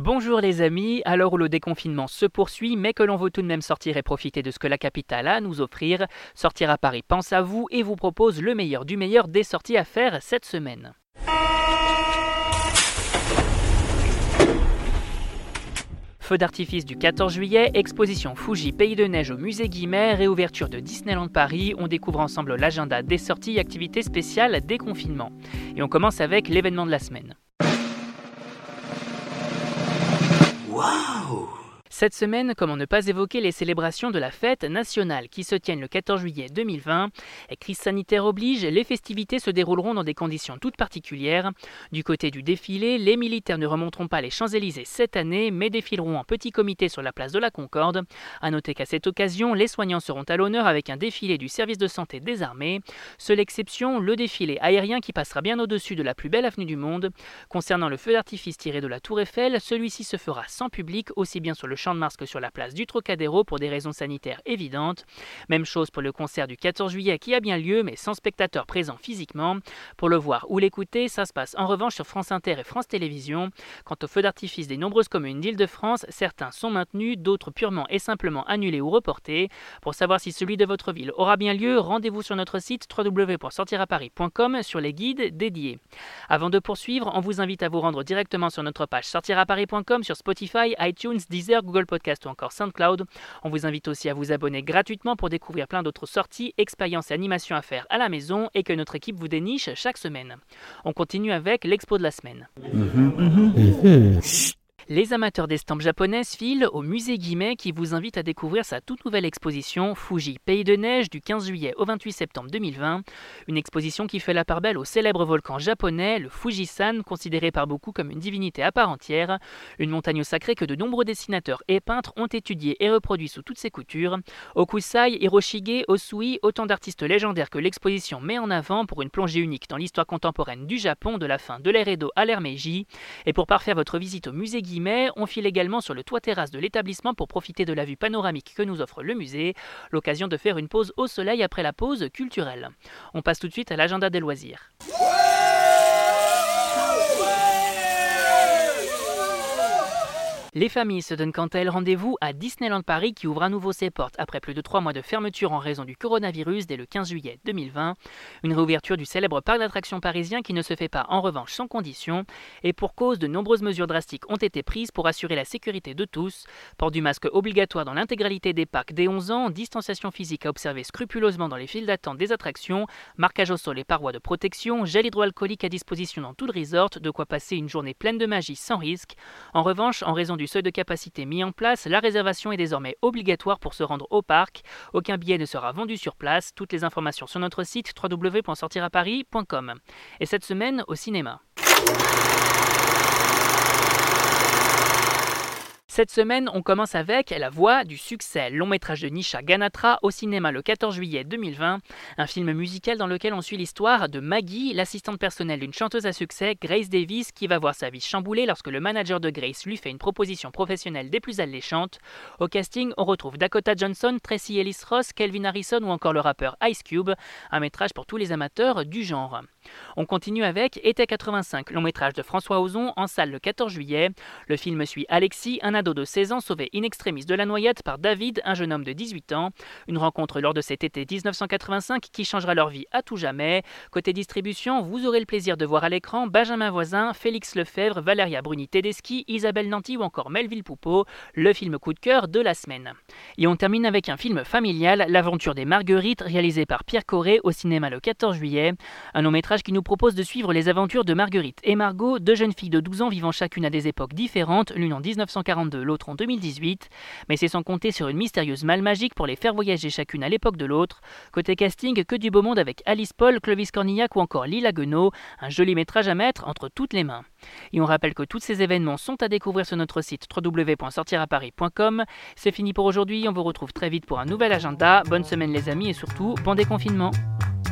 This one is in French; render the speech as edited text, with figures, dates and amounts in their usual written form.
Bonjour les amis, à l'heure où le déconfinement se poursuit, mais que l'on veut tout de même sortir et profiter de ce que la capitale a à nous offrir, Sortir à Paris pense à vous et vous propose le meilleur du meilleur des sorties à faire cette semaine. Feu d'artifice du 14 juillet, exposition Fuji Pays de Neige au musée Guimet, réouverture de Disneyland Paris, on découvre ensemble l'agenda des sorties et activités spéciales déconfinement. Et on commence avec l'événement de la semaine. Waouh! Cette semaine, comment ne pas évoquer les célébrations de la fête nationale qui se tiennent le 14 juilet 2020. Et crise sanitaire oblige, les festivités se dérouleront dans des conditions toutes particulières. Du côté du défilé, les militaires ne remonteront pas les Champs-Élysées cette année, mais défileront en petit comité sur la place de la Concorde. A noter qu'à cette occasion, les soignants seront à l'honneur avec un défilé du service de santé des armées. Seule exception, le défilé aérien qui passera bien au-dessus de la plus belle avenue du monde. Concernant le feu d'artifice tiré de la Tour Eiffel, celui-ci se fera sans public, aussi bien sur le Champ de Mars que sur la place du Trocadéro pour des raisons sanitaires évidentes. Même chose pour le concert du 14 juillet qui a bien lieu mais sans spectateurs présents physiquement. Pour le voir ou l'écouter, ça se passe en revanche sur France Inter et France Télévisions. Quant au feu d'artifice des nombreuses communes d'Île-de-France, certains sont maintenus, d'autres purement et simplement annulés ou reportés. Pour savoir si celui de votre ville aura bien lieu, rendez-vous sur notre site www.sortiraparis.com sur les guides dédiés. Avant de poursuivre, on vous invite à vous rendre directement sur notre page sortiraparis.com sur Spotify, iTunes, Deezer, Google Podcast ou encore SoundCloud. On vous invite aussi à vous abonner gratuitement pour découvrir plein d'autres sorties, expériences et animations à faire à la maison et que notre équipe vous déniche chaque semaine. On continue avec l'expo de la semaine. Les amateurs d'estampes japonaises filent au musée Guimet qui vous invite à découvrir sa toute nouvelle exposition Fuji Pays de Neige du 15 juillet au 28 septembre 2020. Une exposition qui fait la part belle au célèbre volcan japonais, le Fujisan, considéré par beaucoup comme une divinité à part entière. Une montagne sacrée que de nombreux dessinateurs et peintres ont étudiée et reproduit sous toutes ses coutures. Okusai, Hiroshige, Osui, autant d'artistes légendaires que l'exposition met en avant pour une plongée unique dans l'histoire contemporaine du Japon de la fin de l'ère Edo à l'ère Meiji. Et pour parfaire votre visite au musée Guimet, on file également sur le toit-terrasse de l'établissement pour profiter de la vue panoramique que nous offre le musée, l'occasion de faire une pause au soleil après la pause culturelle. On passe tout de suite à l'agenda des loisirs. Les familles se donnent quant à elles rendez-vous à Disneyland Paris qui ouvre à nouveau ses portes après plus de 3 mois de fermeture en raison du coronavirus dès le 15 juillet 2020. Une réouverture du célèbre parc d'attractions parisien qui ne se fait pas en revanche sans condition. Et pour cause, de nombreuses mesures drastiques ont été prises pour assurer la sécurité de tous. Port du masque obligatoire dans l'intégralité des parcs dès 11 ans, distanciation physique à observer scrupuleusement dans les files d'attente des attractions, marquage au sol et parois de protection, gel hydroalcoolique à disposition dans tout le resort, de quoi passer une journée pleine de magie sans risque. En revanche, en raison du seuil de capacité mis en place, la réservation est désormais obligatoire pour se rendre au parc. Aucun billet ne sera vendu sur place. Toutes les informations sur notre site www.sortiraparis.com. Et cette semaine, au cinéma. Cette semaine, on commence avec La Voix du succès, long métrage de Nisha Ganatra au cinéma le 14 juillet 2020, un film musical dans lequel on suit l'histoire de Maggie, l'assistante personnelle d'une chanteuse à succès, Grace Davis, qui va voir sa vie chamboulée lorsque le manager de Grace lui fait une proposition professionnelle des plus alléchantes. Au casting, on retrouve Dakota Johnson, Tracy Ellis Ross, Calvin Harrison ou encore le rappeur Ice Cube, un métrage pour tous les amateurs du genre. On continue avec Été 85, long métrage de François Ozon en salle le 14 juillet. Le film suit Alexis, un ado de 16 ans sauvé in extremis de la noyade par David, un jeune homme de 18 ans. Une rencontre lors de cet été 1985 qui changera leur vie à tout jamais. Côté distribution, vous aurez le plaisir de voir à l'écran Benjamin Voisin, Félix Lefebvre, Valéria Bruni-Tedeschi, Isabelle Nanty ou encore Melville Poupeau, le film coup de cœur de la semaine. Et on termine avec un film familial, L'aventure des Marguerites, réalisé par Pierre Corré au cinéma le 14 juillet. Un long métrage qui nous propose de suivre les aventures de Marguerite et Margot, deux jeunes filles de 12 ans vivant chacune à des époques différentes, l'une en 1942, l'autre en 2018. Mais c'est sans compter sur une mystérieuse malle magique pour les faire voyager chacune à l'époque de l'autre. Côté casting, que du beau monde avec Alice Paul, Clovis Cornillac ou encore Lila Guenot, un joli métrage à mettre entre toutes les mains. Et on rappelle que tous ces événements sont à découvrir sur notre site www.sortiraparis.com. C'est fini pour aujourd'hui, on vous retrouve très vite pour un nouvel agenda. Bonne semaine les amis et surtout, bon déconfinement.